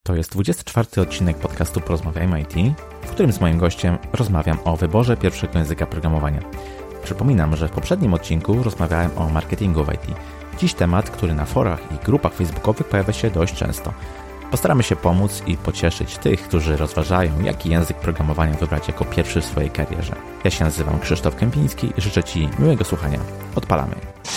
To jest 24. odcinek podcastu Porozmawiajmy IT, w którym z moim gościem rozmawiam o wyborze pierwszego języka programowania. Przypominam, że w poprzednim odcinku rozmawiałem o marketingu w IT. Dziś temat, który na forach i grupach facebookowych pojawia się dość często. Postaramy się pomóc i pocieszyć tych, którzy rozważają, jaki język programowania wybrać jako pierwszy w swojej karierze. Ja się nazywam Krzysztof Kępiński i życzę Ci miłego słuchania. Odpalamy.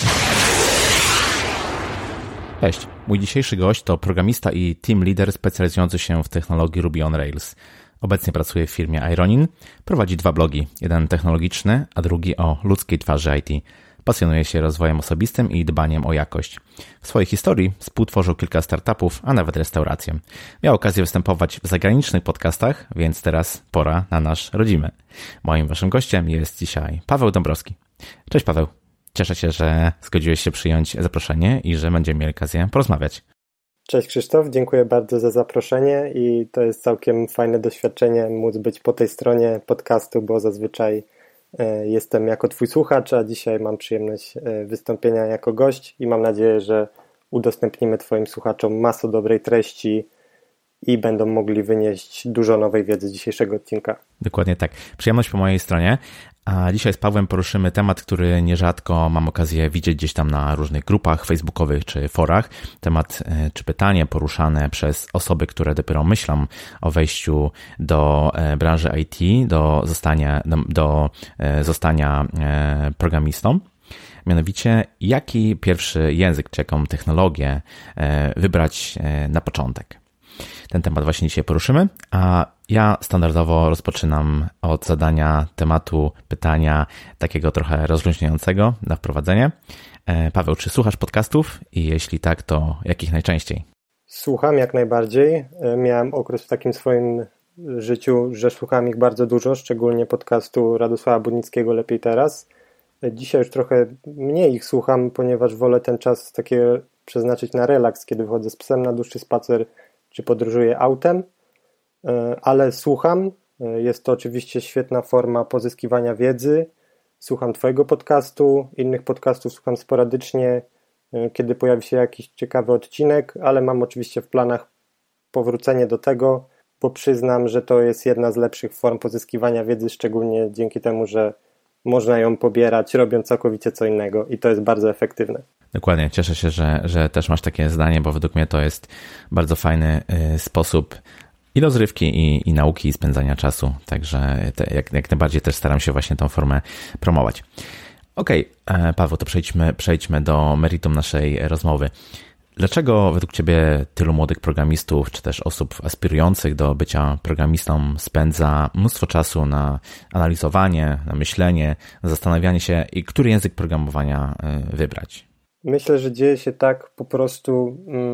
Cześć, mój dzisiejszy gość to programista i team leader specjalizujący się w technologii Ruby on Rails. Obecnie pracuje w firmie Ironin, prowadzi 2 blogi, jeden technologiczny, a drugi o ludzkiej twarzy IT. Pasjonuje się rozwojem osobistym i dbaniem o jakość. W swojej historii współtworzył kilka startupów, a nawet restaurację. Miał okazję występować w zagranicznych podcastach, więc teraz pora na nasz rodzimy. Moim waszym gościem jest dzisiaj Paweł Dąbrowski. Cześć Paweł. Cieszę się, że zgodziłeś się przyjąć zaproszenie i że będziemy mieli okazję porozmawiać. Cześć Krzysztof, dziękuję bardzo za zaproszenie i to jest całkiem fajne doświadczenie móc być po tej stronie podcastu, bo zazwyczaj jestem jako Twój słuchacz, a dzisiaj mam przyjemność wystąpienia jako gość i mam nadzieję, że udostępnimy Twoim słuchaczom masę dobrej treści i będą mogli wynieść dużo nowej wiedzy z dzisiejszego odcinka. Dokładnie tak. Przyjemność po mojej stronie. A dzisiaj z Pawłem poruszymy temat, który nierzadko mam okazję widzieć gdzieś tam na różnych grupach facebookowych czy forach. Temat czy pytanie poruszane przez osoby, które dopiero myślą o wejściu do branży IT, do zostania programistą. Mianowicie, jaki pierwszy język czy jaką technologię wybrać na początek. Ten temat właśnie dzisiaj poruszymy, a ja standardowo rozpoczynam od zadania tematu, pytania takiego trochę rozluźniającego na wprowadzenie. Paweł, czy słuchasz podcastów i jeśli tak, to jakich najczęściej? Słucham jak najbardziej. Miałem okres w takim swoim życiu, że słuchałem ich bardzo dużo, szczególnie podcastu Radosława Budnickiego Lepiej Teraz. Dzisiaj już trochę mniej ich słucham, ponieważ wolę ten czas przeznaczyć na relaks, kiedy wychodzę z psem na dłuższy spacer czy podróżuję autem, ale słucham. Jest to oczywiście świetna forma pozyskiwania wiedzy. Słucham Twojego podcastu, innych podcastów słucham sporadycznie, kiedy pojawi się jakiś ciekawy odcinek, ale mam oczywiście w planach powrócenie do tego, bo przyznam, że to jest jedna z lepszych form pozyskiwania wiedzy, szczególnie dzięki temu, że można ją pobierać robiąc całkowicie co innego i to jest bardzo efektywne. Dokładnie, cieszę się, że też masz takie zdanie, bo według mnie to jest bardzo fajny sposób i rozrywki, i nauki, i spędzania czasu, także jak najbardziej też staram się właśnie tą formę promować. Okej, Paweł, to przejdźmy do meritum naszej rozmowy. Dlaczego według Ciebie tylu młodych programistów, czy też osób aspirujących do bycia programistą spędza mnóstwo czasu na analizowanie, na myślenie, na zastanawianie się, i który język programowania wybrać? Myślę, że dzieje się tak po prostu,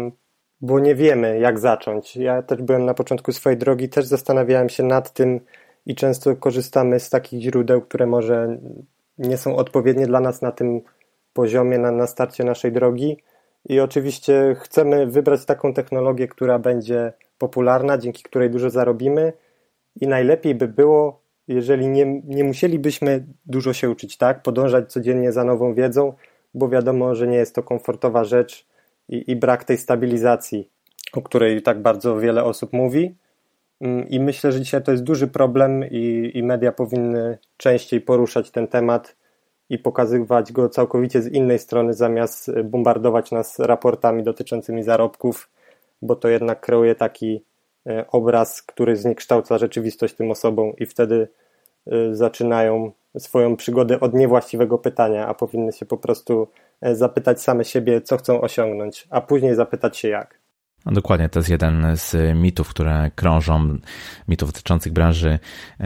bo nie wiemy jak zacząć. Ja też byłem na początku swojej drogi, też zastanawiałem się nad tym i często korzystamy z takich źródeł, które może nie są odpowiednie dla nas na tym poziomie, na starcie naszej drogi. I oczywiście chcemy wybrać taką technologię, która będzie popularna, dzięki której dużo zarobimy i najlepiej by było, jeżeli nie musielibyśmy dużo się uczyć, tak? Podążać codziennie za nową wiedzą, bo wiadomo, że nie jest to komfortowa rzecz i brak tej stabilizacji, o której tak bardzo wiele osób mówi. I myślę, że dzisiaj to jest duży problem i media powinny częściej poruszać ten temat i pokazywać go całkowicie z innej strony, zamiast bombardować nas raportami dotyczącymi zarobków, bo to jednak kreuje taki obraz, który zniekształca rzeczywistość tym osobom i wtedy zaczynają swoją przygodę od niewłaściwego pytania, a powinny się po prostu zapytać same siebie, co chcą osiągnąć, a później zapytać się jak. No dokładnie, to jest jeden z mitów, które krążą, mitów dotyczących branży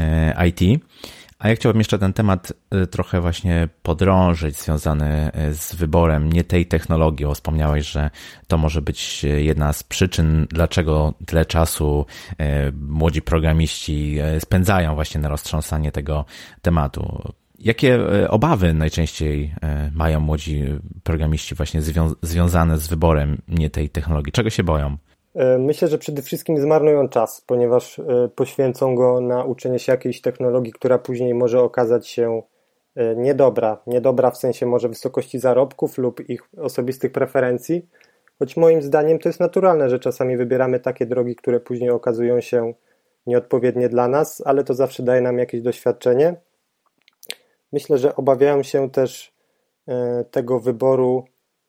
IT. A ja chciałbym jeszcze ten temat trochę właśnie podrążyć, związany z wyborem nie tej technologii. Wspomniałeś, że to może być jedna z przyczyn, dlaczego tyle czasu młodzi programiści spędzają właśnie na roztrząsanie tego tematu. Jakie obawy najczęściej mają młodzi programiści właśnie związane z wyborem nie tej technologii? Czego się boją? Myślę, że przede wszystkim zmarnują czas, ponieważ poświęcą go na uczenie się jakiejś technologii, która później może okazać się niedobra. Niedobra w sensie może wysokości zarobków lub ich osobistych preferencji, choć moim zdaniem to jest naturalne, że czasami wybieramy takie drogi, które później okazują się nieodpowiednie dla nas, ale to zawsze daje nam jakieś doświadczenie. Myślę, że obawiają się też tego wyboru,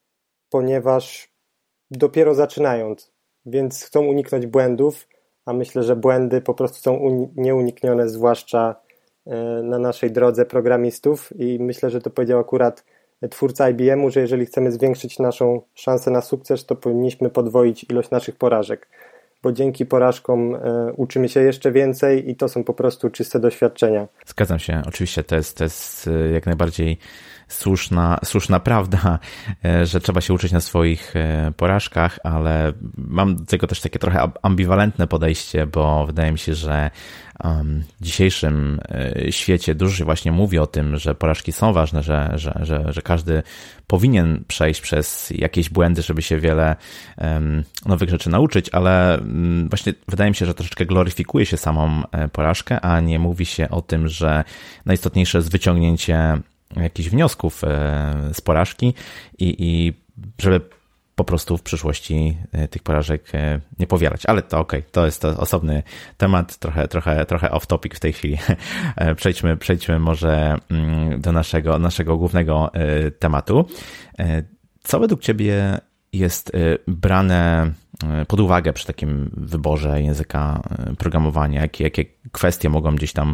ponieważ dopiero zaczynając, więc chcą uniknąć błędów, a myślę, że błędy po prostu są nieuniknione, zwłaszcza na naszej drodze programistów i myślę, że to powiedział akurat twórca IBM-u, że jeżeli chcemy zwiększyć naszą szansę na sukces, to powinniśmy podwoić ilość naszych porażek, bo dzięki porażkom uczymy się jeszcze więcej i to są po prostu czyste doświadczenia. Zgadzam się, oczywiście to jest jak najbardziej słuszna prawda, że trzeba się uczyć na swoich porażkach, ale mam do tego też takie trochę ambiwalentne podejście, bo wydaje mi się, że w dzisiejszym świecie dużo się właśnie mówi o tym, że porażki są ważne, że każdy powinien przejść przez jakieś błędy, żeby się wiele nowych rzeczy nauczyć, ale właśnie wydaje mi się, że troszeczkę gloryfikuje się samą porażkę, a nie mówi się o tym, że najistotniejsze jest wyciągnięcie jakichś wniosków z porażki i żeby po prostu w przyszłości tych porażek nie powielać. Ale to okej, to jest to osobny temat, trochę off topic w tej chwili. Przejdźmy może do naszego głównego tematu. Co według Ciebie jest brane pod uwagę przy takim wyborze języka programowania? Jakie kwestie mogą gdzieś tam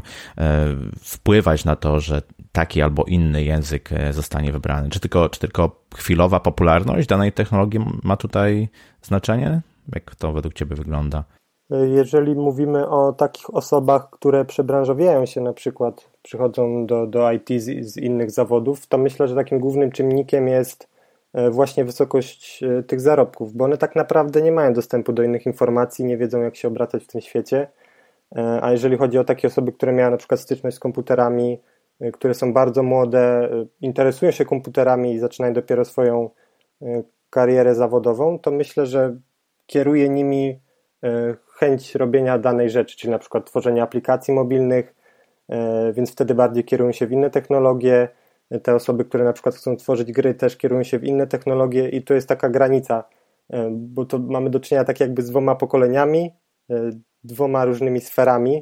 wpływać na to, że taki albo inny język zostanie wybrany? Czy tylko chwilowa popularność danej technologii ma tutaj znaczenie? Jak to według Ciebie wygląda? Jeżeli mówimy o takich osobach, które przebranżawiają się, na przykład przychodzą do IT z innych zawodów, to myślę, że takim głównym czynnikiem jest właśnie wysokość tych zarobków, bo one tak naprawdę nie mają dostępu do innych informacji, nie wiedzą, jak się obracać w tym świecie, a jeżeli chodzi o takie osoby, które miały na przykład styczność z komputerami, które są bardzo młode, interesują się komputerami i zaczynają dopiero swoją karierę zawodową, to myślę, że kieruje nimi chęć robienia danej rzeczy, czyli na przykład tworzenia aplikacji mobilnych, więc wtedy bardziej kierują się w inne technologie. Te osoby, które na przykład chcą tworzyć gry, też kierują się w inne technologie i to jest taka granica, bo to mamy do czynienia tak jakby z dwoma pokoleniami, dwoma różnymi sferami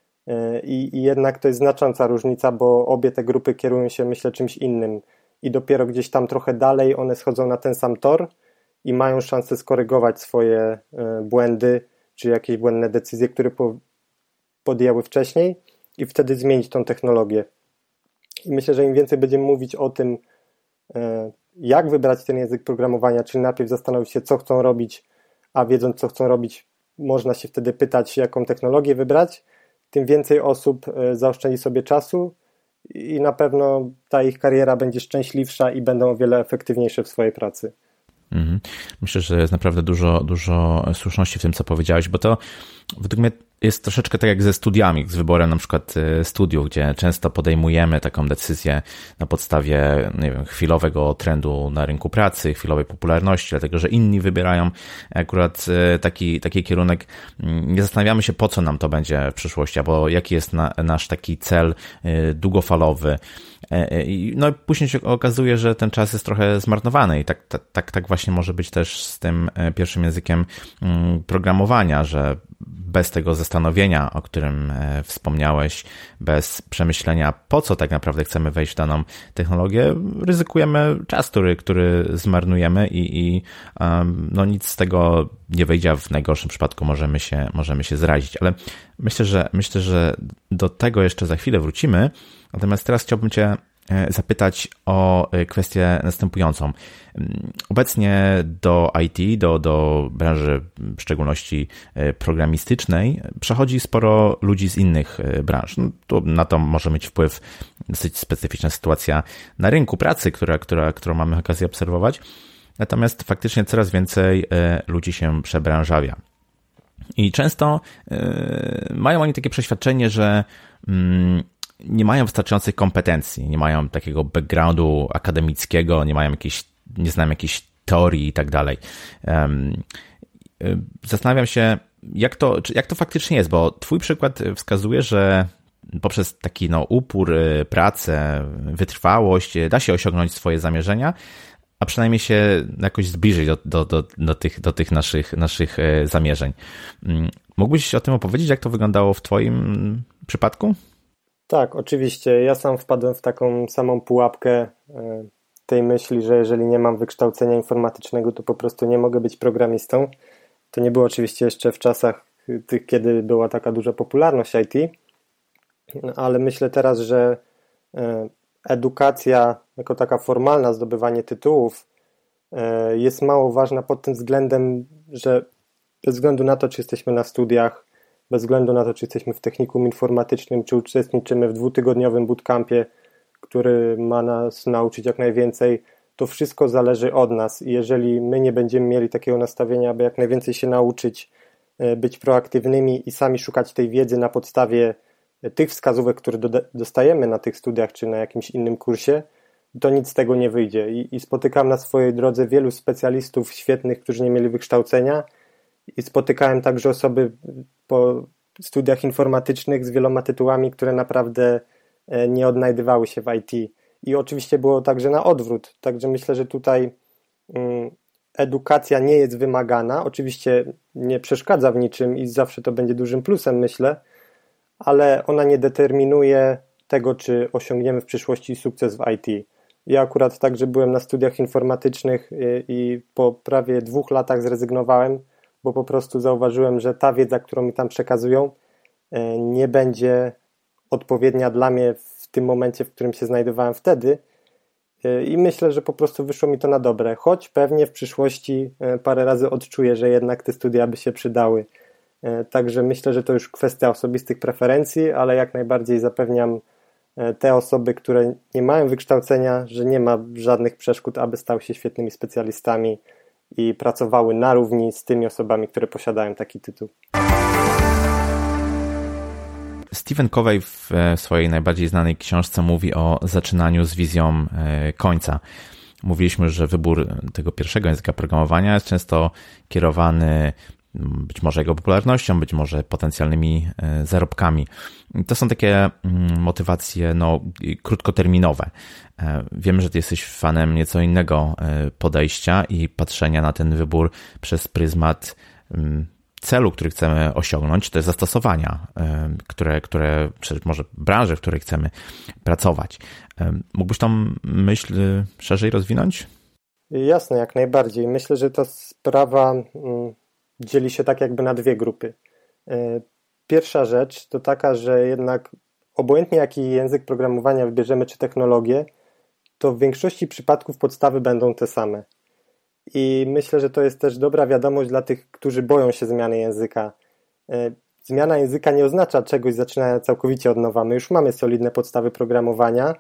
i jednak to jest znacząca różnica, bo obie te grupy kierują się, myślę, czymś innym i dopiero gdzieś tam trochę dalej one schodzą na ten sam tor i mają szansę skorygować swoje błędy, czy jakieś błędne decyzje, które podjęły wcześniej i wtedy zmienić tą technologię. I myślę, że im więcej będziemy mówić o tym, jak wybrać ten język programowania, czyli najpierw zastanowić się, co chcą robić, a wiedząc, co chcą robić, można się wtedy pytać, jaką technologię wybrać, tym więcej osób zaoszczędzi sobie czasu i na pewno ta ich kariera będzie szczęśliwsza i będą o wiele efektywniejsze w swojej pracy. Myślę, że jest naprawdę dużo słuszności w tym, co powiedziałeś, bo to według mnie jest troszeczkę tak jak ze studiami, z wyborem na przykład studiów, gdzie często podejmujemy taką decyzję na podstawie, nie wiem, chwilowego trendu na rynku pracy, chwilowej popularności, dlatego że inni wybierają akurat taki kierunek. Nie zastanawiamy się, po co nam to będzie w przyszłości, albo jaki jest nasz taki cel długofalowy. No i później się okazuje, że ten czas jest trochę zmarnowany i tak właśnie może być też z tym pierwszym językiem programowania, że bez tego zastanowienia, o którym wspomniałeś, bez przemyślenia, po co tak naprawdę chcemy wejść w daną technologię, ryzykujemy czas, który zmarnujemy i no nic z tego nie wyjdzie, a w najgorszym przypadku możemy się zrazić. Ale myślę, że do tego jeszcze za chwilę wrócimy. Natomiast teraz chciałbym Cię zapytać o kwestię następującą. Obecnie do IT, do branży w szczególności programistycznej przechodzi sporo ludzi z innych branż. No, na to może mieć wpływ dosyć specyficzna sytuacja na rynku pracy, którą mamy okazję obserwować. Natomiast faktycznie coraz więcej ludzi się przebranżawia. I często mają oni takie przeświadczenie, że nie mają wystarczających kompetencji, nie mają takiego backgroundu akademickiego, nie znają jakiejś teorii i tak dalej. Zastanawiam się, jak to faktycznie jest, bo Twój przykład wskazuje, że poprzez taki upór, pracę, wytrwałość da się osiągnąć swoje zamierzenia, a przynajmniej się jakoś zbliżyć do tych naszych zamierzeń. Mógłbyś o tym opowiedzieć, jak to wyglądało w twoim przypadku? Tak, oczywiście. Ja sam wpadłem w taką samą pułapkę tej myśli, że jeżeli nie mam wykształcenia informatycznego, to po prostu nie mogę być programistą. To nie było oczywiście jeszcze w czasach tych, kiedy była taka duża popularność IT, ale myślę teraz, że edukacja jako taka formalna, zdobywanie tytułów jest mało ważna pod tym względem, że bez względu na to, czy jesteśmy na studiach, bez względu na to, czy jesteśmy w technikum informatycznym, czy uczestniczymy w 2-tygodniowym bootcampie, który ma nas nauczyć jak najwięcej, to wszystko zależy od nas. I jeżeli my nie będziemy mieli takiego nastawienia, aby jak najwięcej się nauczyć, być proaktywnymi i sami szukać tej wiedzy na podstawie tych wskazówek, które dostajemy na tych studiach, czy na jakimś innym kursie, to nic z tego nie wyjdzie. I spotykam na swojej drodze wielu specjalistów świetnych, którzy nie mieli wykształcenia, i spotykałem także osoby po studiach informatycznych z wieloma tytułami, które naprawdę nie odnajdywały się w IT. I oczywiście było także na odwrót. Także myślę, że tutaj edukacja nie jest wymagana. Oczywiście nie przeszkadza w niczym i zawsze to będzie dużym plusem, myślę, ale ona nie determinuje tego, czy osiągniemy w przyszłości sukces w IT. Ja akurat także byłem na studiach informatycznych i po prawie 2 latach zrezygnowałem, bo po prostu zauważyłem, że ta wiedza, którą mi tam przekazują, nie będzie odpowiednia dla mnie w tym momencie, w którym się znajdowałem wtedy, i myślę, że po prostu wyszło mi to na dobre, choć pewnie w przyszłości parę razy odczuję, że jednak te studia by się przydały. Także myślę, że to już kwestia osobistych preferencji, ale jak najbardziej zapewniam te osoby, które nie mają wykształcenia, że nie ma żadnych przeszkód, aby stały się świetnymi specjalistami i pracowały na równi z tymi osobami, które posiadają taki tytuł. Stephen Covey w swojej najbardziej znanej książce mówi o zaczynaniu z wizją końca. Mówiliśmy, że wybór tego pierwszego języka programowania jest często kierowany być może jego popularnością, być może potencjalnymi zarobkami. To są takie motywacje krótkoterminowe. Wiemy, że ty jesteś fanem nieco innego podejścia i patrzenia na ten wybór przez pryzmat celu, który chcemy osiągnąć, to jest zastosowania, czy może branży, w której chcemy pracować. Mógłbyś tą myśl szerzej rozwinąć? Jasne, jak najbardziej. Myślę, że ta sprawa dzieli się tak jakby na 2 grupy. Pierwsza rzecz to taka, że jednak obojętnie jaki język programowania wybierzemy, czy technologię, to w większości przypadków podstawy będą te same. I myślę, że to jest też dobra wiadomość dla tych, którzy boją się zmiany języka. Zmiana języka nie oznacza czegoś zaczynania całkowicie od nowa. My już mamy solidne podstawy programowania,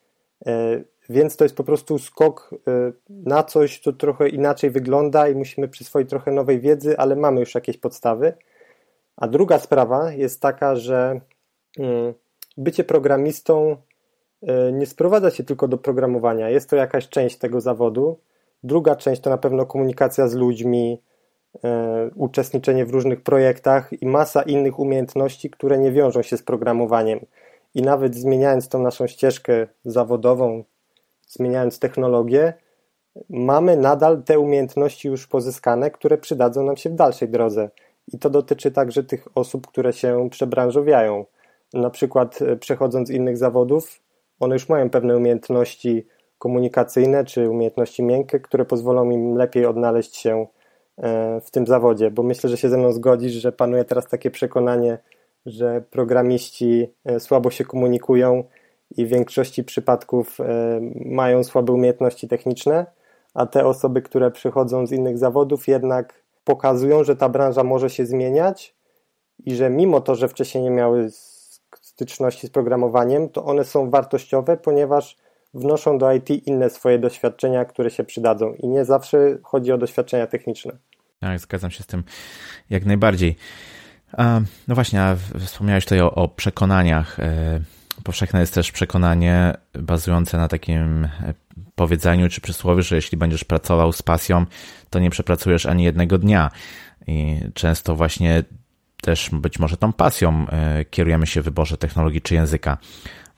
więc to jest po prostu skok na coś, co trochę inaczej wygląda i musimy przyswoić trochę nowej wiedzy, ale mamy już jakieś podstawy. A druga sprawa jest taka, że bycie programistą nie sprowadza się tylko do programowania. Jest to jakaś część tego zawodu. Druga część to na pewno komunikacja z ludźmi, uczestniczenie w różnych projektach i masa innych umiejętności, które nie wiążą się z programowaniem. I nawet zmieniając tą naszą ścieżkę zawodową, zmieniając technologię, mamy nadal te umiejętności już pozyskane, które przydadzą nam się w dalszej drodze. I to dotyczy także tych osób, które się przebranżowiają. Na przykład przechodząc z innych zawodów, one już mają pewne umiejętności komunikacyjne czy umiejętności miękkie, które pozwolą im lepiej odnaleźć się w tym zawodzie, bo myślę, że się ze mną zgodzisz, że panuje teraz takie przekonanie, że programiści słabo się komunikują i w większości przypadków mają słabe umiejętności techniczne, a te osoby, które przychodzą z innych zawodów, jednak pokazują, że ta branża może się zmieniać i że mimo to, że wcześniej nie miały styczności z programowaniem, to one są wartościowe, ponieważ wnoszą do IT inne swoje doświadczenia, które się przydadzą i nie zawsze chodzi o doświadczenia techniczne. Tak, zgadzam się z tym jak najbardziej. No właśnie, a wspomniałeś tutaj o przekonaniach. Powszechne jest też przekonanie bazujące na takim powiedzeniu czy przysłowiu, że jeśli będziesz pracował z pasją, to nie przepracujesz ani jednego dnia. I często właśnie też być może tą pasją kierujemy się w wyborze technologii czy języka.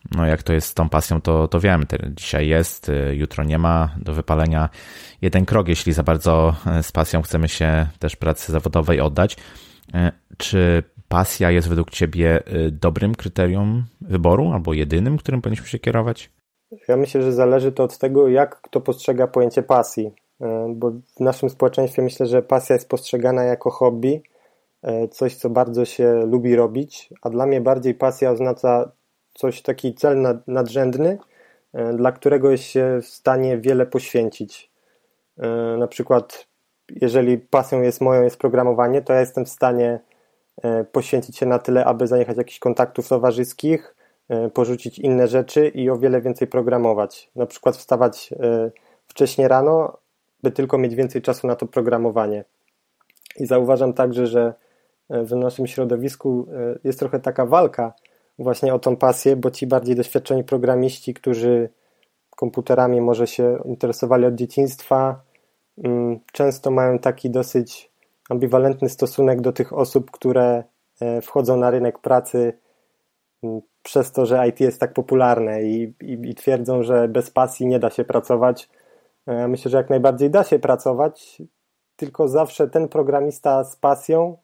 No jak to jest z tą pasją, to wiem. Dzisiaj jest, jutro nie ma. Do wypalenia jeden krok, jeśli za bardzo z pasją chcemy się też pracy zawodowej oddać. Czy pasja jest według Ciebie dobrym kryterium wyboru albo jedynym, którym powinniśmy się kierować? Ja myślę, że zależy to od tego, jak kto postrzega pojęcie pasji, bo w naszym społeczeństwie myślę, że pasja jest postrzegana jako hobby, coś, co bardzo się lubi robić, a dla mnie bardziej pasja oznacza taki cel nadrzędny, dla którego jest się w stanie wiele poświęcić. Na przykład, jeżeli pasją jest programowanie, to ja jestem w stanie poświęcić się na tyle, aby zaniechać jakichś kontaktów towarzyskich, porzucić inne rzeczy i o wiele więcej programować. Na przykład wstawać wcześnie rano, by tylko mieć więcej czasu na to programowanie. I zauważam także, że w naszym środowisku jest trochę taka walka właśnie o tą pasję, bo ci bardziej doświadczeni programiści, którzy komputerami może się interesowali od dzieciństwa, często mają taki dosyć ambiwalentny stosunek do tych osób, które wchodzą na rynek pracy przez to, że IT jest tak popularne i twierdzą, że bez pasji nie da się pracować. Ja myślę, że jak najbardziej da się pracować, tylko zawsze ten programista z pasją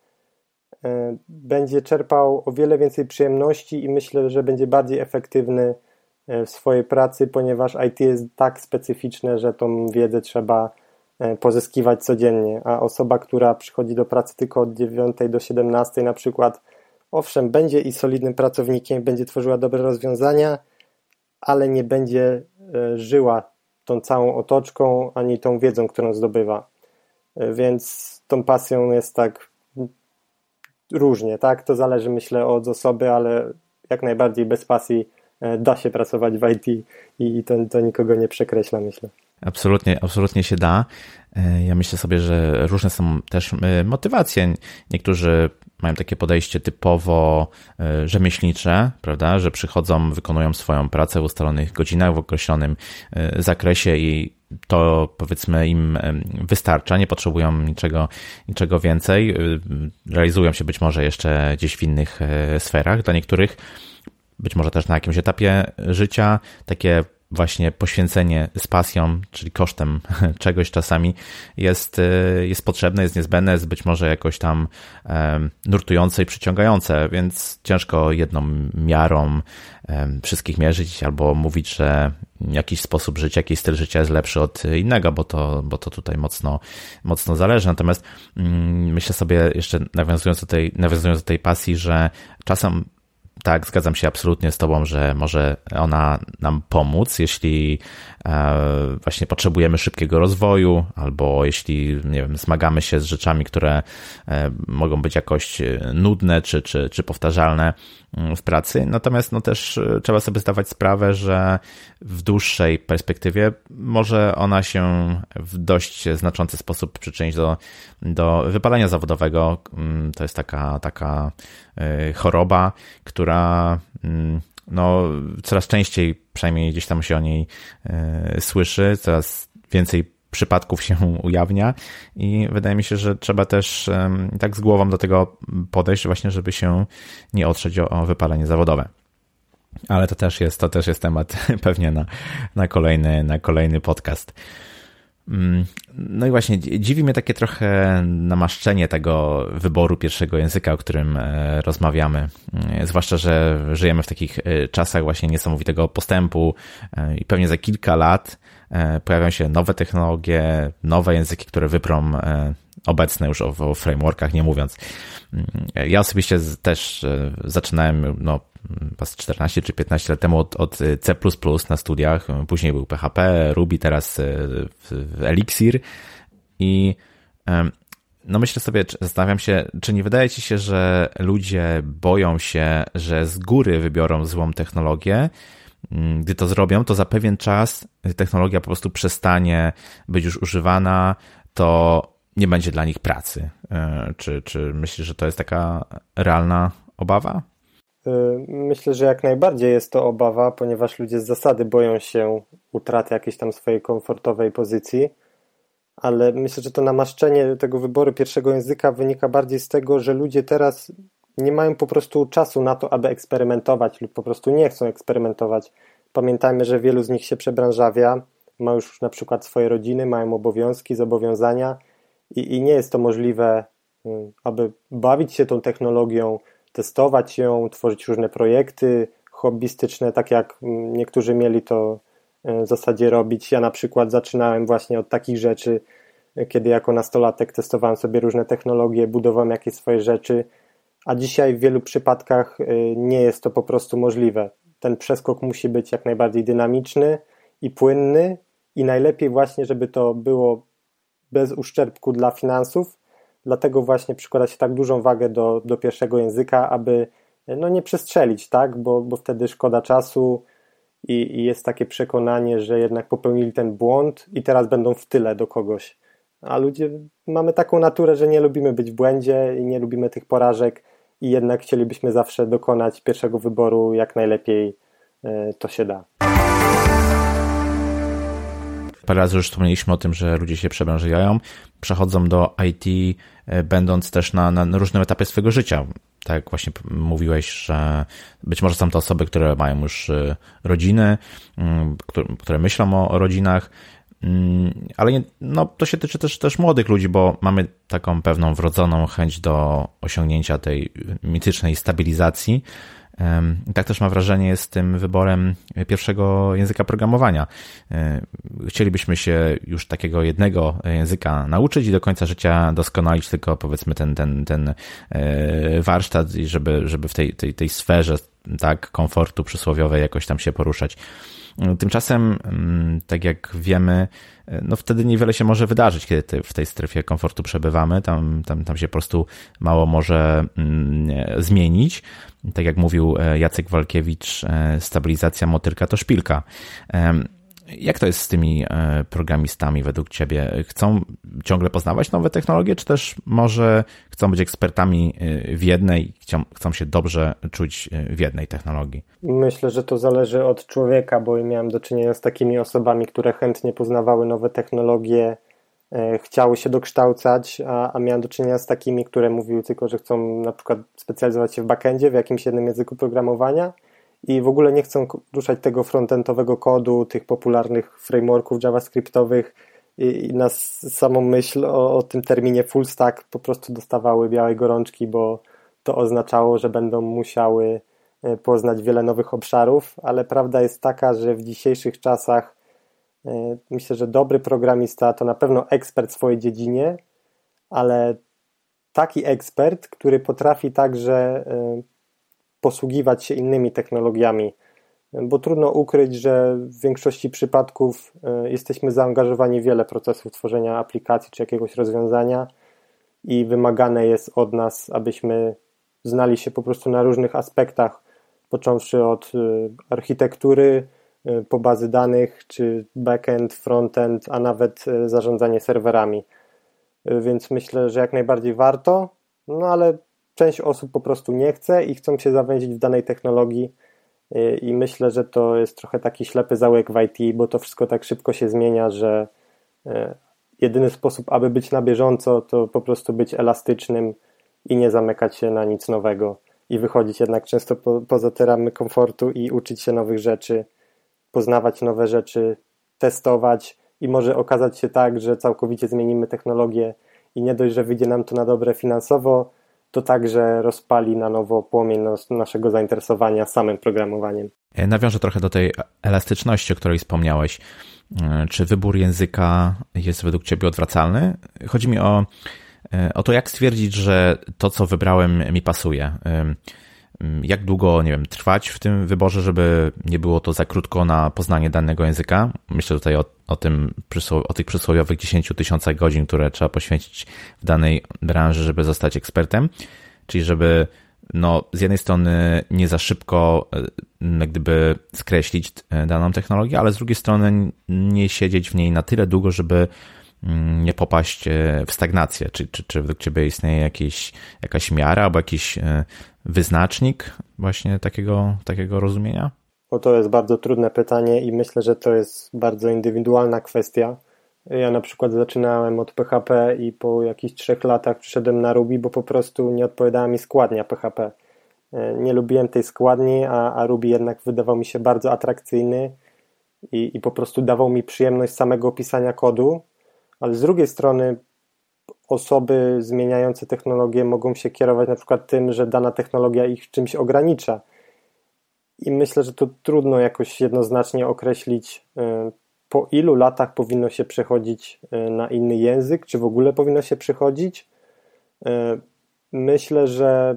będzie czerpał o wiele więcej przyjemności i myślę, że będzie bardziej efektywny w swojej pracy, ponieważ IT jest tak specyficzne, że tą wiedzę trzeba pozyskiwać codziennie, a osoba, która przychodzi do pracy tylko od 9 do 17 na przykład, owszem, będzie i solidnym pracownikiem, będzie tworzyła dobre rozwiązania, ale nie będzie żyła tą całą otoczką, ani tą wiedzą, którą zdobywa. Więc tą pasją jest tak różnie, tak? To zależy, myślę, od osoby, ale jak najbardziej bez pasji da się pracować w IT i to nikogo nie przekreśla, myślę. Absolutnie się da. Ja myślę sobie, że różne są też motywacje. Niektórzy mają takie podejście typowo rzemieślnicze, prawda, że przychodzą, wykonują swoją pracę w ustalonych godzinach, w określonym zakresie i to powiedzmy im wystarcza, nie potrzebują niczego więcej. Realizują się być może jeszcze gdzieś w innych sferach. Dla niektórych być może też na jakimś etapie życia takie właśnie poświęcenie z pasją, czyli kosztem czegoś czasami jest potrzebne, jest niezbędne, jest być może jakoś tam nurtujące i przyciągające, więc ciężko jedną miarą wszystkich mierzyć albo mówić, że jakiś sposób życia, jakiś styl życia jest lepszy od innego, bo to tutaj mocno zależy. Natomiast myślę sobie jeszcze nawiązując do tej pasji, że czasem tak, zgadzam się absolutnie z Tobą, że może ona nam pomóc, jeśli właśnie potrzebujemy szybkiego rozwoju, albo jeśli, nie wiem, zmagamy się z rzeczami, które mogą być jakoś nudne czy powtarzalne w pracy. Natomiast no też trzeba sobie zdawać sprawę, że w dłuższej perspektywie może ona się w dość znaczący sposób przyczynić do wypalenia zawodowego. To jest taka choroba, która no coraz częściej, przynajmniej gdzieś tam się o niej słyszy, coraz więcej przypadków się ujawnia i wydaje mi się, że trzeba też tak z głową do tego podejść właśnie, żeby się nie otrzeć o wypalenie zawodowe. Ale to też jest temat pewnie na kolejny podcast. No i właśnie dziwi mnie takie trochę namaszczenie tego wyboru pierwszego języka, o którym rozmawiamy. Zwłaszcza, że żyjemy w takich czasach właśnie niesamowitego postępu i pewnie za kilka lat pojawią się nowe technologie, nowe języki, które wyprą obecne, już o frameworkach nie mówiąc. Ja osobiście też zaczynałem pas 14 czy 15 lat temu od C++ na studiach, później był PHP, Ruby, teraz Elixir i no myślę sobie, zastanawiam się, czy nie wydaje Ci się, że ludzie boją się, że z góry wybiorą złą technologię. Gdy to zrobią, to za pewien czas technologia po prostu przestanie być już używana, to nie będzie dla nich pracy. Czy myślisz, że to jest taka realna obawa? Myślę, że jak najbardziej jest to obawa, ponieważ ludzie z zasady boją się utraty jakiejś tam swojej komfortowej pozycji, ale myślę, że to namaszczenie tego wyboru pierwszego języka wynika bardziej z tego, że ludzie teraz nie mają po prostu czasu na to, aby eksperymentować lub po prostu nie chcą eksperymentować. Pamiętajmy, że wielu z nich się przebranżawia, ma już na przykład swoje rodziny, mają obowiązki, zobowiązania i nie jest to możliwe, aby bawić się tą technologią, testować ją, tworzyć różne projekty hobbystyczne, tak jak niektórzy mieli to w zasadzie robić. Ja na przykład zaczynałem właśnie od takich rzeczy, kiedy jako nastolatek testowałem sobie różne technologie, budowałem jakieś swoje rzeczy, a dzisiaj w wielu przypadkach nie jest to po prostu możliwe. Ten przeskok musi być jak najbardziej dynamiczny i płynny i najlepiej właśnie, żeby to było bez uszczerbku dla finansów, dlatego właśnie przykłada się tak dużą wagę do pierwszego języka, aby nie przestrzelić, tak? Bo wtedy szkoda czasu i jest takie przekonanie, że jednak popełnili ten błąd i teraz będą w tyle do kogoś. A ludzie mamy taką naturę, że nie lubimy być w błędzie i nie lubimy tych porażek i jednak chcielibyśmy zawsze dokonać pierwszego wyboru jak najlepiej to się da. Parę razy już wspomnieliśmy o tym, że ludzie się przebranżawiają, przechodzą do IT, będąc też na różnym etapie swojego życia. Tak jak właśnie mówiłeś, że być może są to osoby, które mają już rodziny, które myślą o rodzinach, ale to się tyczy też młodych ludzi, bo mamy taką pewną wrodzoną chęć do osiągnięcia tej mitycznej stabilizacji. Tak też mam wrażenie jest z tym wyborem pierwszego języka programowania. Chcielibyśmy się już takiego jednego języka nauczyć i do końca życia doskonalić tylko powiedzmy ten warsztat, żeby w tej sferze tak komfortu przysłowiowej jakoś tam się poruszać. Tymczasem, tak jak wiemy, wtedy niewiele się może wydarzyć, kiedy w tej strefie komfortu przebywamy. Tam się po prostu mało może zmienić. Tak jak mówił Jacek Walkiewicz, stabilizacja motylka to szpilka. Jak to jest z tymi programistami według Ciebie? Chcą ciągle poznawać nowe technologie, czy też może chcą być ekspertami w jednej, chcą się dobrze czuć w jednej technologii? Myślę, że to zależy od człowieka, bo miałem do czynienia z takimi osobami, które chętnie poznawały nowe technologie, chciały się dokształcać, a miałem do czynienia z takimi, które mówiły tylko, że chcą na przykład specjalizować się w backendzie, w jakimś jednym języku programowania, i w ogóle nie chcą ruszać tego frontendowego kodu, tych popularnych frameworków javascriptowych i na samą myśl o tym terminie full stack po prostu dostawały białej gorączki, bo to oznaczało, że będą musiały poznać wiele nowych obszarów, ale prawda jest taka, że w dzisiejszych czasach myślę, że dobry programista to na pewno ekspert w swojej dziedzinie, ale taki ekspert, który potrafi także posługiwać się innymi technologiami, bo trudno ukryć, że w większości przypadków jesteśmy zaangażowani w wiele procesów tworzenia aplikacji czy jakiegoś rozwiązania i wymagane jest od nas, abyśmy znali się po prostu na różnych aspektach, począwszy od architektury, po bazy danych, czy backend, frontend, a nawet zarządzanie serwerami. Więc myślę, że jak najbardziej warto, ale część osób po prostu nie chce i chcą się zawęzić w danej technologii i myślę, że to jest trochę taki ślepy zaułek w IT, bo to wszystko tak szybko się zmienia, że jedyny sposób, aby być na bieżąco, to po prostu być elastycznym i nie zamykać się na nic nowego i wychodzić jednak często poza te ramy komfortu i uczyć się nowych rzeczy, poznawać nowe rzeczy, testować i może okazać się tak, że całkowicie zmienimy technologię i nie dość, że wyjdzie nam to na dobre finansowo, to także rozpali na nowo płomień naszego zainteresowania samym programowaniem. Nawiążę trochę do tej elastyczności, o której wspomniałeś. Czy wybór języka jest według Ciebie odwracalny? Chodzi mi o to, jak stwierdzić, że to, co wybrałem, mi pasuje. Jak długo, trwać w tym wyborze, żeby nie było to za krótko na poznanie danego języka? Myślę tutaj o tych przysłowiowych 10 000 godzin, które trzeba poświęcić w danej branży, żeby zostać ekspertem. Czyli żeby z jednej strony nie za szybko jak gdyby skreślić daną technologię, ale z drugiej strony nie siedzieć w niej na tyle długo, żeby nie popaść w stagnację. Czy według Ciebie istnieje jakaś miara albo jakiś wyznacznik właśnie takiego rozumienia? To jest bardzo trudne pytanie i myślę, że to jest bardzo indywidualna kwestia, Ja na przykład zaczynałem od PHP i po jakichś 3 latach przyszedłem na Ruby, bo po prostu nie odpowiadała mi składnia PHP. Nie lubiłem tej składni, a Ruby jednak wydawał mi się bardzo atrakcyjny i po prostu dawał mi przyjemność samego pisania kodu, ale z drugiej strony osoby zmieniające technologię mogą się kierować na przykład tym, że dana technologia ich w czymś ogranicza. I myślę, że to trudno jakoś jednoznacznie określić, po ilu latach powinno się przechodzić na inny język, czy w ogóle powinno się przechodzić. Myślę, że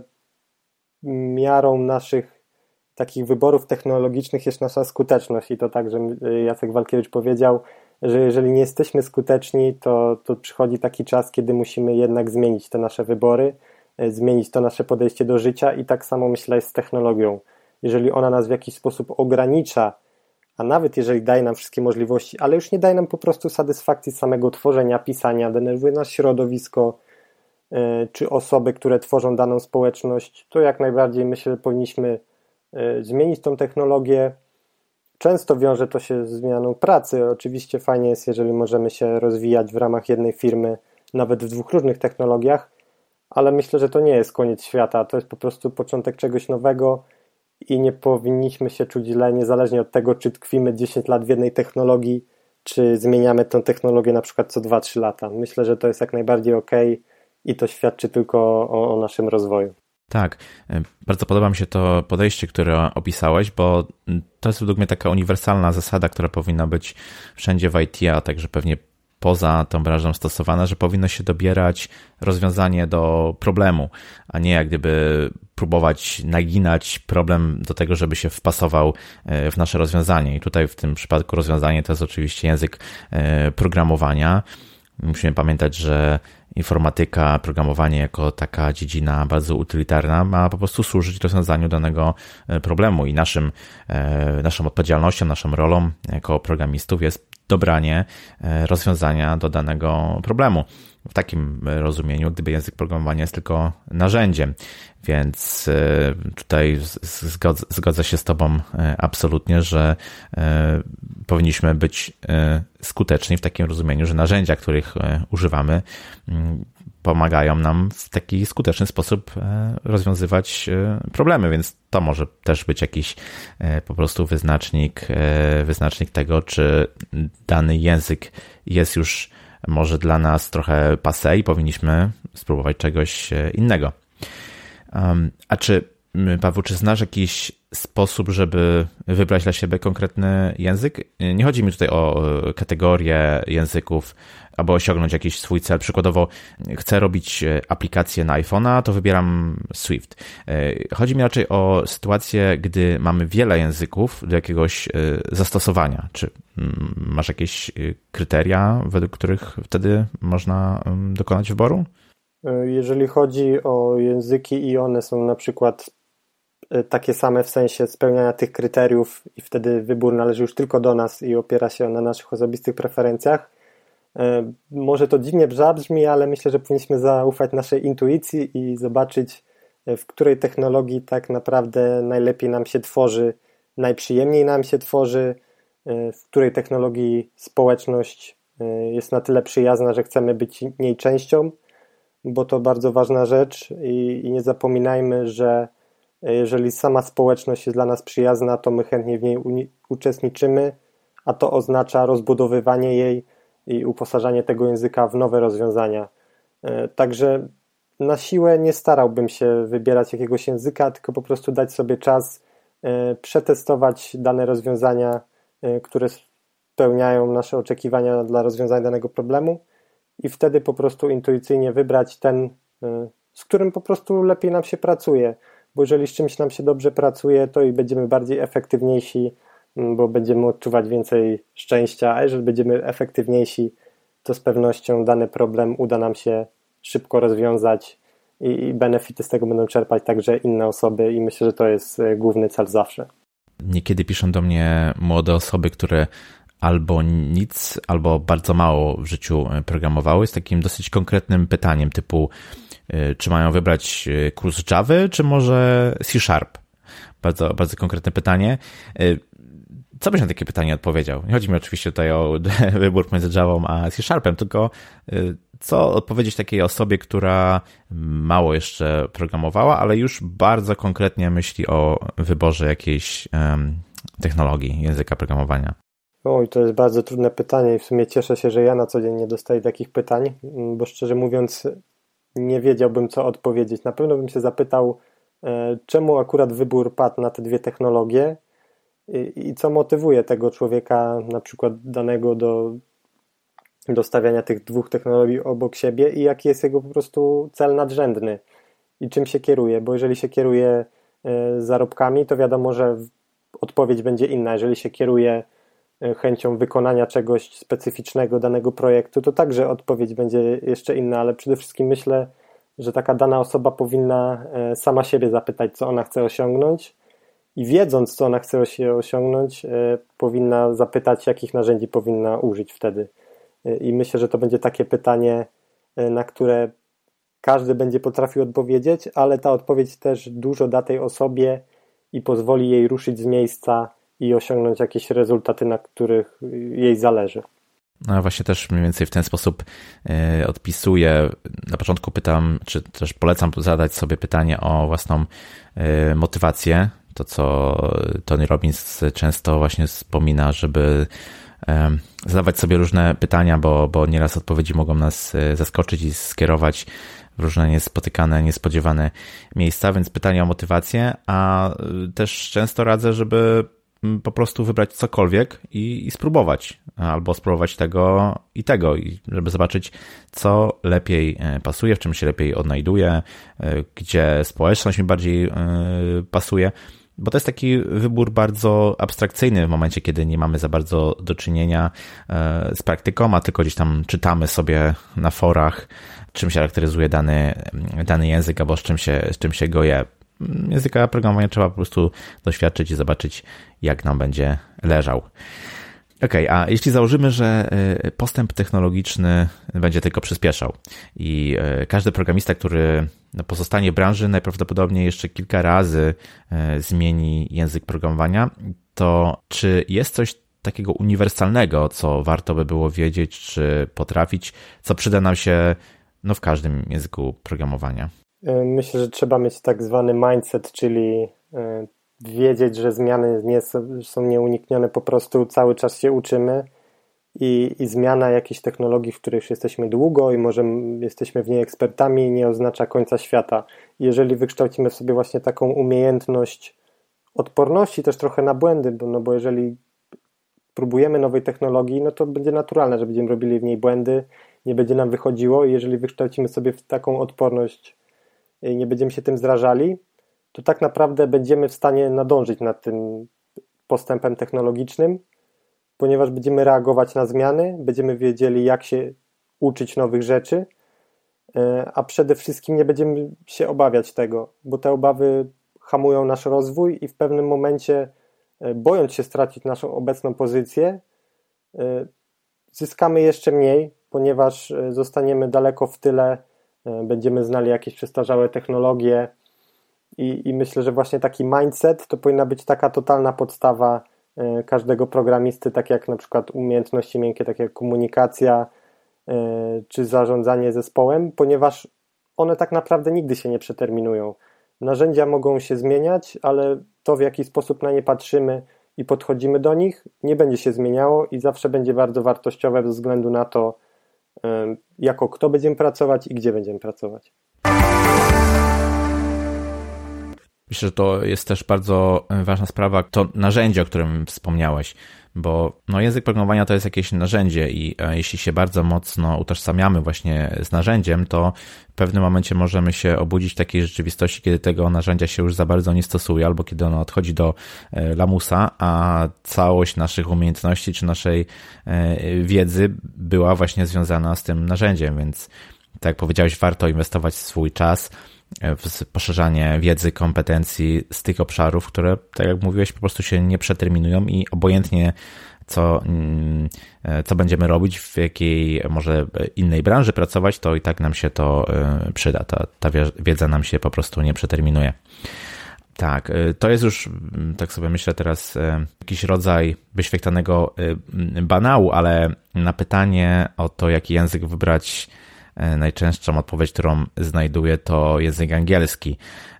miarą naszych takich wyborów technologicznych jest nasza skuteczność i to tak, że Jacek Walkiewicz powiedział, że jeżeli nie jesteśmy skuteczni, to przychodzi taki czas, kiedy musimy jednak zmienić te nasze wybory, zmienić to nasze podejście do życia i tak samo myślę jest z technologią. Jeżeli ona nas w jakiś sposób ogranicza, a nawet jeżeli daje nam wszystkie możliwości, ale już nie daje nam po prostu satysfakcji samego tworzenia, pisania, denerwuje nas środowisko, czy osoby, które tworzą daną społeczność, to jak najbardziej myślę, że powinniśmy zmienić tą technologię. Często wiąże to się z zmianą pracy. Oczywiście fajnie jest, jeżeli możemy się rozwijać w ramach jednej firmy, nawet w 2 różnych technologiach, ale myślę, że to nie jest koniec świata. To jest po prostu początek czegoś nowego i nie powinniśmy się czuć źle, niezależnie od tego, czy tkwimy 10 lat w jednej technologii, czy zmieniamy tę technologię na przykład co 2-3 lata. Myślę, że to jest jak najbardziej okej i to świadczy tylko o naszym rozwoju. Tak, bardzo podoba mi się to podejście, które opisałeś, bo to jest według mnie taka uniwersalna zasada, która powinna być wszędzie w IT, a także pewnie poza tą branżą stosowana, że powinno się dobierać rozwiązanie do problemu, a nie jak gdyby próbować naginać problem do tego, żeby się wpasował w nasze rozwiązanie. I tutaj w tym przypadku rozwiązanie to jest oczywiście język programowania. Musimy pamiętać, że informatyka, programowanie jako taka dziedzina bardzo utylitarna ma po prostu służyć rozwiązaniu danego problemu i naszą odpowiedzialnością, naszą rolą jako programistów jest dobranie rozwiązania do danego problemu. W takim rozumieniu, gdyby język programowania jest tylko narzędziem, więc tutaj zgodzę się z Tobą absolutnie, że powinniśmy być skuteczni w takim rozumieniu, że narzędzia, których używamy, pomagają nam w taki skuteczny sposób rozwiązywać problemy, więc to może też być jakiś po prostu wyznacznik tego, czy dany język jest już może dla nas trochę passé i powinniśmy spróbować czegoś innego. A Paweł, czy znasz jakiś sposób, żeby wybrać dla siebie konkretny język? Nie chodzi mi tutaj o kategorię języków, aby osiągnąć jakiś swój cel. Przykładowo chcę robić aplikację na iPhone'a, to wybieram Swift. Chodzi mi raczej o sytuację, gdy mamy wiele języków do jakiegoś zastosowania. Czy masz jakieś kryteria, według których wtedy można dokonać wyboru? Jeżeli chodzi o języki i one są na przykład takie same w sensie spełniania tych kryteriów i wtedy wybór należy już tylko do nas i opiera się na naszych osobistych preferencjach. Może to dziwnie zabrzmi, ale myślę, że powinniśmy zaufać naszej intuicji i zobaczyć, w której technologii tak naprawdę najlepiej nam się tworzy, najprzyjemniej nam się tworzy, w której technologii społeczność jest na tyle przyjazna, że chcemy być jej częścią, bo to bardzo ważna rzecz i nie zapominajmy, że jeżeli sama społeczność jest dla nas przyjazna, to my chętnie w niej uczestniczymy, a to oznacza rozbudowywanie jej i uposażanie tego języka w nowe rozwiązania. Także na siłę nie starałbym się wybierać jakiegoś języka, tylko po prostu dać sobie czas, przetestować dane rozwiązania, które spełniają nasze oczekiwania dla rozwiązania danego problemu i wtedy po prostu intuicyjnie wybrać ten, z którym po prostu lepiej nam się pracuje, bo jeżeli z czymś nam się dobrze pracuje, to i będziemy bardziej efektywniejsi, bo będziemy odczuwać więcej szczęścia, a jeżeli będziemy efektywniejsi, to z pewnością dany problem uda nam się szybko rozwiązać i benefity z tego będą czerpać także inne osoby i myślę, że to jest główny cel zawsze. Niekiedy piszą do mnie młode osoby, które albo nic, albo bardzo mało w życiu programowały z takim dosyć konkretnym pytaniem typu czy mają wybrać kurs Java, czy może C#? Bardzo, bardzo konkretne pytanie. Co byś na takie pytanie odpowiedział? Nie chodzi mi oczywiście tutaj o wybór między Javą a C#, tylko co odpowiedzieć takiej osobie, która mało jeszcze programowała, ale już bardzo konkretnie myśli o wyborze jakiejś technologii, języka programowania? Oj, to jest bardzo trudne pytanie i w sumie cieszę się, że ja na co dzień nie dostaję takich pytań, bo szczerze mówiąc nie wiedziałbym, co odpowiedzieć. Na pewno bym się zapytał, czemu akurat wybór padł na te dwie technologie i co motywuje tego człowieka, na przykład danego do stawiania tych dwóch technologii obok siebie i jaki jest jego po prostu cel nadrzędny i czym się kieruje, bo jeżeli się kieruje zarobkami, to wiadomo, że odpowiedź będzie inna. Jeżeli się kieruje chęcią wykonania czegoś specyficznego danego projektu, to także odpowiedź będzie jeszcze inna, ale przede wszystkim myślę, że taka dana osoba powinna sama siebie zapytać, co ona chce osiągnąć i wiedząc, co ona chce osiągnąć, powinna zapytać, jakich narzędzi powinna użyć wtedy. I myślę, że to będzie takie pytanie, na które każdy będzie potrafił odpowiedzieć, ale ta odpowiedź też dużo da tej osobie i pozwoli jej ruszyć z miejsca i osiągnąć jakieś rezultaty, na których jej zależy. No właśnie też mniej więcej w ten sposób odpisuję. Na początku pytam, czy też polecam zadać sobie pytanie o własną motywację. To, co Tony Robbins często właśnie wspomina, żeby zadawać sobie różne pytania, bo nieraz odpowiedzi mogą nas zaskoczyć i skierować w różne niespotykane, niespodziewane miejsca, więc pytanie o motywację, a też często radzę, żeby po prostu wybrać cokolwiek i spróbować, albo spróbować tego, i żeby zobaczyć, co lepiej pasuje, w czym się lepiej odnajduje, gdzie społeczność mi bardziej pasuje, bo to jest taki wybór bardzo abstrakcyjny w momencie, kiedy nie mamy za bardzo do czynienia z praktyką, a tylko gdzieś tam czytamy sobie na forach, czym się charakteryzuje dany język, albo z czym się go je. Języka programowania trzeba po prostu doświadczyć i zobaczyć, jak nam będzie leżał. Okej, a jeśli założymy, że postęp technologiczny będzie tylko przyspieszał i każdy programista, który pozostanie w branży, najprawdopodobniej jeszcze kilka razy zmieni język programowania, to czy jest coś takiego uniwersalnego, co warto by było wiedzieć, czy potrafić, co przyda nam się w każdym języku programowania? Myślę, że trzeba mieć tak zwany mindset, czyli wiedzieć, że zmiany nie są nieuniknione, po prostu cały czas się uczymy i zmiana jakiejś technologii, w której już jesteśmy długo i może jesteśmy w niej ekspertami, nie oznacza końca świata. Jeżeli wykształcimy w sobie właśnie taką umiejętność odporności też trochę na błędy, bo jeżeli próbujemy nowej technologii, no to będzie naturalne, że będziemy robili w niej błędy, nie będzie nam wychodziło i jeżeli wykształcimy sobie taką odporność i nie będziemy się tym zrażali, to tak naprawdę będziemy w stanie nadążyć nad tym postępem technologicznym, ponieważ będziemy reagować na zmiany, będziemy wiedzieli, jak się uczyć nowych rzeczy, a przede wszystkim nie będziemy się obawiać tego, bo te obawy hamują nasz rozwój i w pewnym momencie, bojąc się stracić naszą obecną pozycję, zyskamy jeszcze mniej, ponieważ zostaniemy daleko w tyle, będziemy znali jakieś przestarzałe technologie i myślę, że właśnie taki mindset to powinna być taka totalna podstawa każdego programisty, tak jak na przykład umiejętności miękkie, takie jak komunikacja czy zarządzanie zespołem, ponieważ one tak naprawdę nigdy się nie przeterminują. Narzędzia mogą się zmieniać, ale to, w jaki sposób na nie patrzymy i podchodzimy do nich, nie będzie się zmieniało i zawsze będzie bardzo wartościowe ze względu na to, jako kto będziemy pracować i gdzie będziemy pracować. Myślę, że to jest też bardzo ważna sprawa, to narzędzie, o którym wspomniałeś, bo język programowania to jest jakieś narzędzie i jeśli się bardzo mocno utożsamiamy właśnie z narzędziem, to w pewnym momencie możemy się obudzić w takiej rzeczywistości, kiedy tego narzędzia się już za bardzo nie stosuje, albo kiedy ono odchodzi do lamusa, a całość naszych umiejętności czy naszej wiedzy była właśnie związana z tym narzędziem, więc tak jak powiedziałeś, warto inwestować swój czas w poszerzanie wiedzy, kompetencji z tych obszarów, które, tak jak mówiłeś, po prostu się nie przeterminują i obojętnie co będziemy robić, w jakiej może innej branży pracować, to i tak nam się to przyda. Ta wiedza nam się po prostu nie przeterminuje. Tak, to jest już, tak sobie myślę teraz, jakiś rodzaj wyświetlanego banału, ale na pytanie o to, jaki język wybrać, najczęstszą odpowiedź, którą znajduję, to język angielski.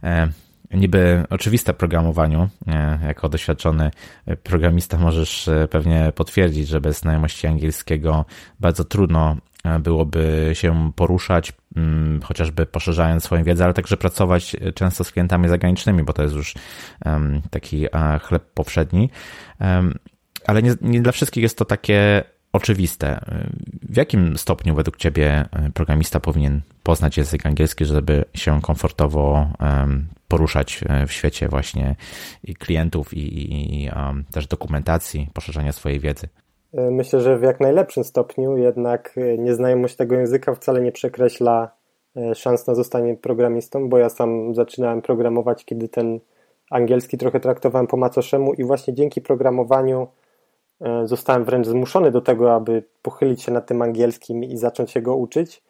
Niby oczywiste w programowaniu, jako doświadczony programista możesz pewnie potwierdzić, że bez znajomości angielskiego bardzo trudno byłoby się poruszać, chociażby poszerzając swoją wiedzę, ale także pracować często z klientami zagranicznymi, bo to jest już taki chleb powszedni. Ale nie dla wszystkich jest to takie oczywiste. W jakim stopniu według Ciebie programista powinien poznać język angielski, żeby się komfortowo poruszać w świecie właśnie i klientów i też dokumentacji, poszerzania swojej wiedzy? Myślę, że w jak najlepszym stopniu, jednak nieznajomość tego języka wcale nie przekreśla szans na zostanie programistą, bo ja sam zaczynałem programować, kiedy ten angielski trochę traktowałem po macoszemu i właśnie dzięki programowaniu zostałem wręcz zmuszony do tego, aby pochylić się nad tym angielskim i zacząć się go uczyć,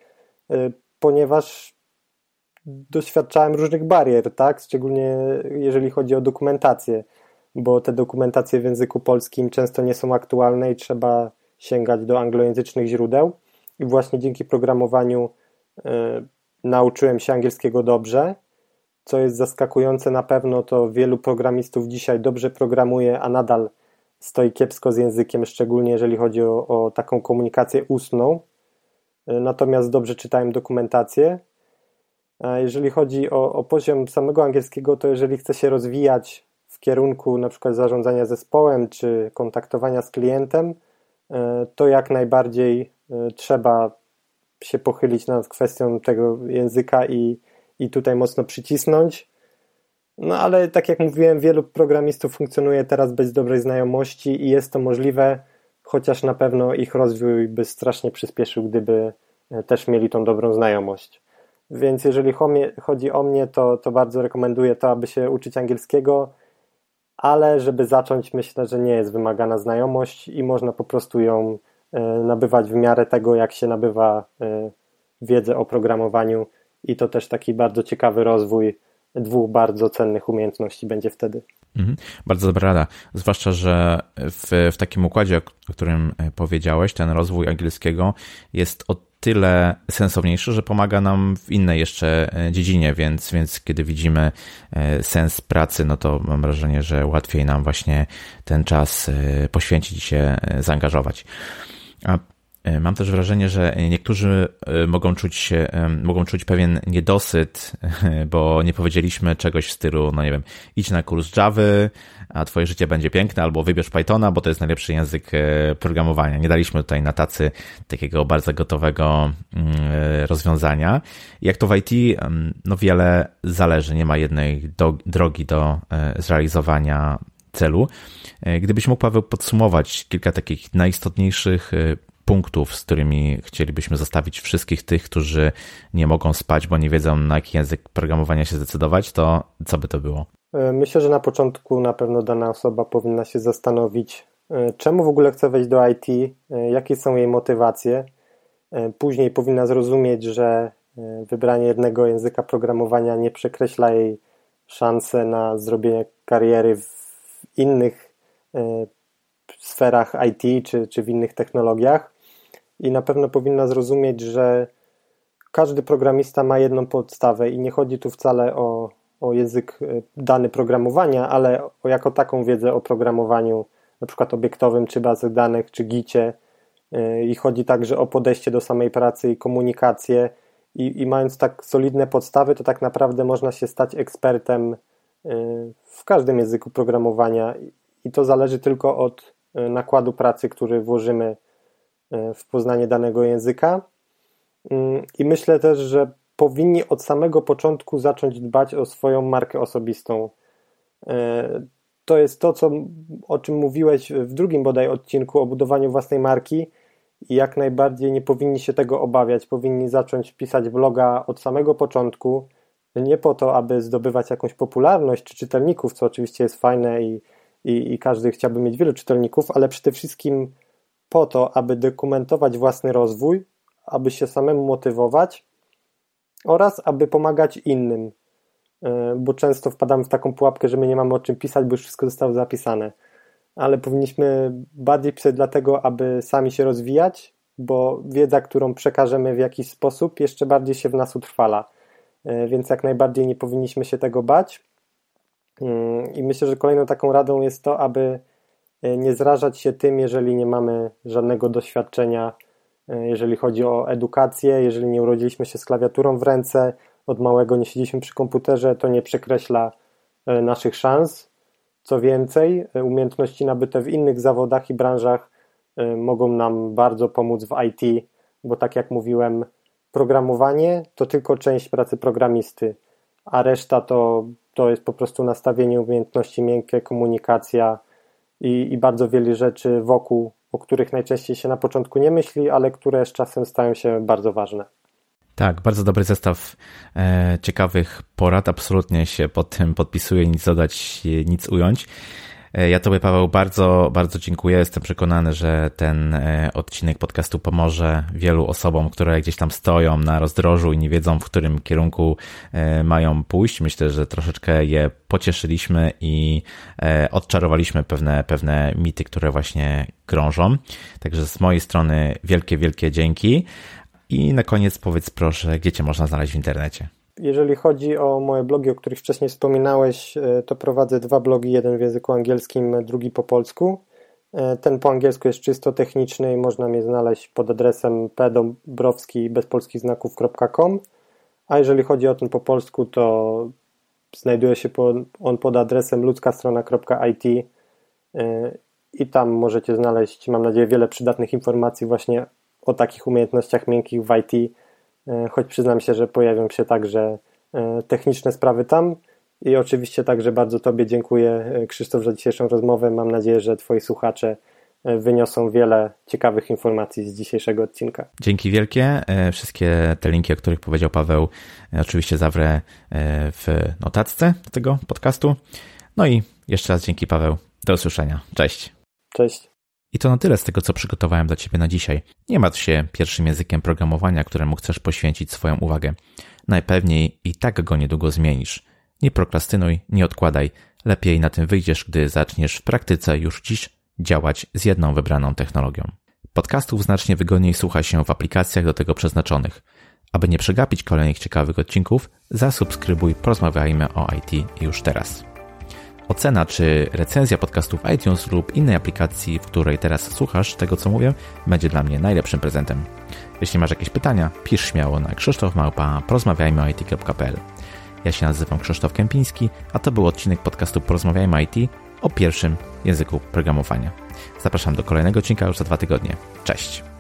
ponieważ doświadczałem różnych barier, tak? Szczególnie jeżeli chodzi o dokumentację, bo te dokumentacje w języku polskim często nie są aktualne i trzeba sięgać do anglojęzycznych źródeł. I właśnie dzięki programowaniu nauczyłem się angielskiego dobrze. Co jest zaskakujące na pewno, to wielu programistów dzisiaj dobrze programuje, a nadal stoi kiepsko z językiem, szczególnie jeżeli chodzi o taką komunikację ustną. Natomiast dobrze czytałem dokumentację. A jeżeli chodzi o poziom samego angielskiego, to jeżeli chce się rozwijać w kierunku na przykład zarządzania zespołem czy kontaktowania z klientem, to jak najbardziej trzeba się pochylić nad kwestią tego języka i tutaj mocno przycisnąć. No ale tak jak mówiłem, wielu programistów funkcjonuje teraz bez dobrej znajomości i jest to możliwe, chociaż na pewno ich rozwój by strasznie przyspieszył, gdyby też mieli tą dobrą znajomość. Więc jeżeli chodzi o mnie, to bardzo rekomenduję to, aby się uczyć angielskiego, ale żeby zacząć, myślę, że nie jest wymagana znajomość i można po prostu ją nabywać w miarę tego, jak się nabywa wiedzę o programowaniu i to też taki bardzo ciekawy rozwój dwóch bardzo cennych umiejętności będzie wtedy. Bardzo dobra rada, zwłaszcza, że w takim układzie, o którym powiedziałeś, ten rozwój angielskiego jest o tyle sensowniejszy, że pomaga nam w innej jeszcze dziedzinie, więc kiedy widzimy sens pracy, no to mam wrażenie, że łatwiej nam właśnie ten czas poświęcić i się zaangażować. A mam też wrażenie, że niektórzy mogą czuć pewien niedosyt, bo nie powiedzieliśmy czegoś w stylu, no nie wiem, idź na kurs Javy, a twoje życie będzie piękne, albo wybierz Pythona, bo to jest najlepszy język programowania. Nie daliśmy tutaj na tacy takiego bardzo gotowego rozwiązania. Jak to w IT, no wiele zależy, nie ma jednej drogi do zrealizowania celu. Gdybyś mógł, Paweł, podsumować kilka takich najistotniejszych punktów, z którymi chcielibyśmy zostawić wszystkich tych, którzy nie mogą spać, bo nie wiedzą, na jaki język programowania się zdecydować, to co by to było? Myślę, że na początku na pewno dana osoba powinna się zastanowić, czemu w ogóle chce wejść do IT, jakie są jej motywacje. Później powinna zrozumieć, że wybranie jednego języka programowania nie przekreśla jej szansy na zrobienie kariery w innych sferach IT czy w innych technologiach i na pewno powinna zrozumieć, że każdy programista ma jedną podstawę i nie chodzi tu wcale o język dany programowania, ale o jako taką wiedzę o programowaniu, na przykład obiektowym, czy bazach danych, czy gicie i chodzi także o podejście do samej pracy i komunikację i mając tak solidne podstawy, to tak naprawdę można się stać ekspertem w każdym języku programowania i to zależy tylko od nakładu pracy, który włożymy w poznanie danego języka. I myślę też, że powinni od samego początku zacząć dbać o swoją markę osobistą. To jest to, o czym mówiłeś w drugim bodaj odcinku o budowaniu własnej marki i jak najbardziej nie powinni się tego obawiać. Powinni zacząć pisać bloga od samego początku, nie po to, aby zdobywać jakąś popularność czy czytelników, co oczywiście jest fajne i każdy chciałby mieć wielu czytelników, ale przede wszystkim po to, aby dokumentować własny rozwój, aby się samemu motywować oraz aby pomagać innym. bo często wpadamy w taką pułapkę, że my nie mamy o czym pisać, bo już wszystko zostało zapisane. Ale powinniśmy bardziej pisać dlatego, aby sami się rozwijać, bo wiedza, którą przekażemy w jakiś sposób, jeszcze bardziej się w nas utrwala. Więc jak najbardziej nie powinniśmy się tego bać. I myślę, że kolejną taką radą jest to, aby nie zrażać się tym, jeżeli nie mamy żadnego doświadczenia, jeżeli chodzi o edukację, jeżeli nie urodziliśmy się z klawiaturą w ręce, od małego nie siedzieliśmy przy komputerze, to nie przekreśla naszych szans. Co więcej, umiejętności nabyte w innych zawodach i branżach mogą nam bardzo pomóc w IT, bo tak jak mówiłem, programowanie to tylko część pracy programisty, a reszta to jest po prostu nastawienie umiejętności miękkie, komunikacja i bardzo wiele rzeczy wokół, o których najczęściej się na początku nie myśli, ale które z czasem stają się bardzo ważne. Tak, bardzo dobry zestaw ciekawych porad. Absolutnie się pod tym podpisuję, nic dodać, nic ująć. Ja Tobie, Paweł, bardzo, bardzo dziękuję. Jestem przekonany, że ten odcinek podcastu pomoże wielu osobom, które gdzieś tam stoją na rozdrożu i nie wiedzą, w którym kierunku mają pójść. Myślę, że troszeczkę je pocieszyliśmy i odczarowaliśmy pewne mity, które właśnie krążą. Także z mojej strony wielkie, wielkie dzięki. I na koniec powiedz proszę, gdzie Cię można znaleźć w internecie? Jeżeli chodzi o moje blogi, o których wcześniej wspominałeś, to prowadzę 2 blogi, jeden w języku angielskim, drugi po polsku. Ten po angielsku jest czysto techniczny i można mnie znaleźć pod adresem pdombrowski.com, a jeżeli chodzi o ten po polsku, to znajduje się on pod adresem ludzkastrona.it i tam możecie znaleźć, mam nadzieję, wiele przydatnych informacji właśnie o takich umiejętnościach miękkich w IT, choć przyznam się, że pojawią się także techniczne sprawy tam i oczywiście także bardzo Tobie dziękuję, Krzysztof, za dzisiejszą rozmowę. Mam nadzieję, że Twoi słuchacze wyniosą wiele ciekawych informacji z dzisiejszego odcinka. Dzięki wielkie. Wszystkie te linki, o których powiedział Paweł, oczywiście zawrę w notatce do tego podcastu. No i jeszcze raz dzięki, Paweł. Do usłyszenia. Cześć. Cześć. I to na tyle z tego, co przygotowałem dla Ciebie na dzisiaj. Nie martw się pierwszym językiem programowania, któremu chcesz poświęcić swoją uwagę. Najpewniej i tak go niedługo zmienisz. Nie prokrastynuj, nie odkładaj. Lepiej na tym wyjdziesz, gdy zaczniesz w praktyce już dziś działać z jedną wybraną technologią. Podcastów znacznie wygodniej słucha się w aplikacjach do tego przeznaczonych. Aby nie przegapić kolejnych ciekawych odcinków, zasubskrybuj Porozmawiajmy o IT już teraz. Ocena czy recenzja podcastów iTunes lub innej aplikacji, w której teraz słuchasz tego, co mówię, będzie dla mnie najlepszym prezentem. Jeśli masz jakieś pytania, pisz śmiało na krzysztof@porozmawiajmyit.pl. Ja się nazywam Krzysztof Kępiński, a to był odcinek podcastu Porozmawiajmy IT o pierwszym języku programowania. Zapraszam do kolejnego odcinka już za 2 tygodnie. Cześć!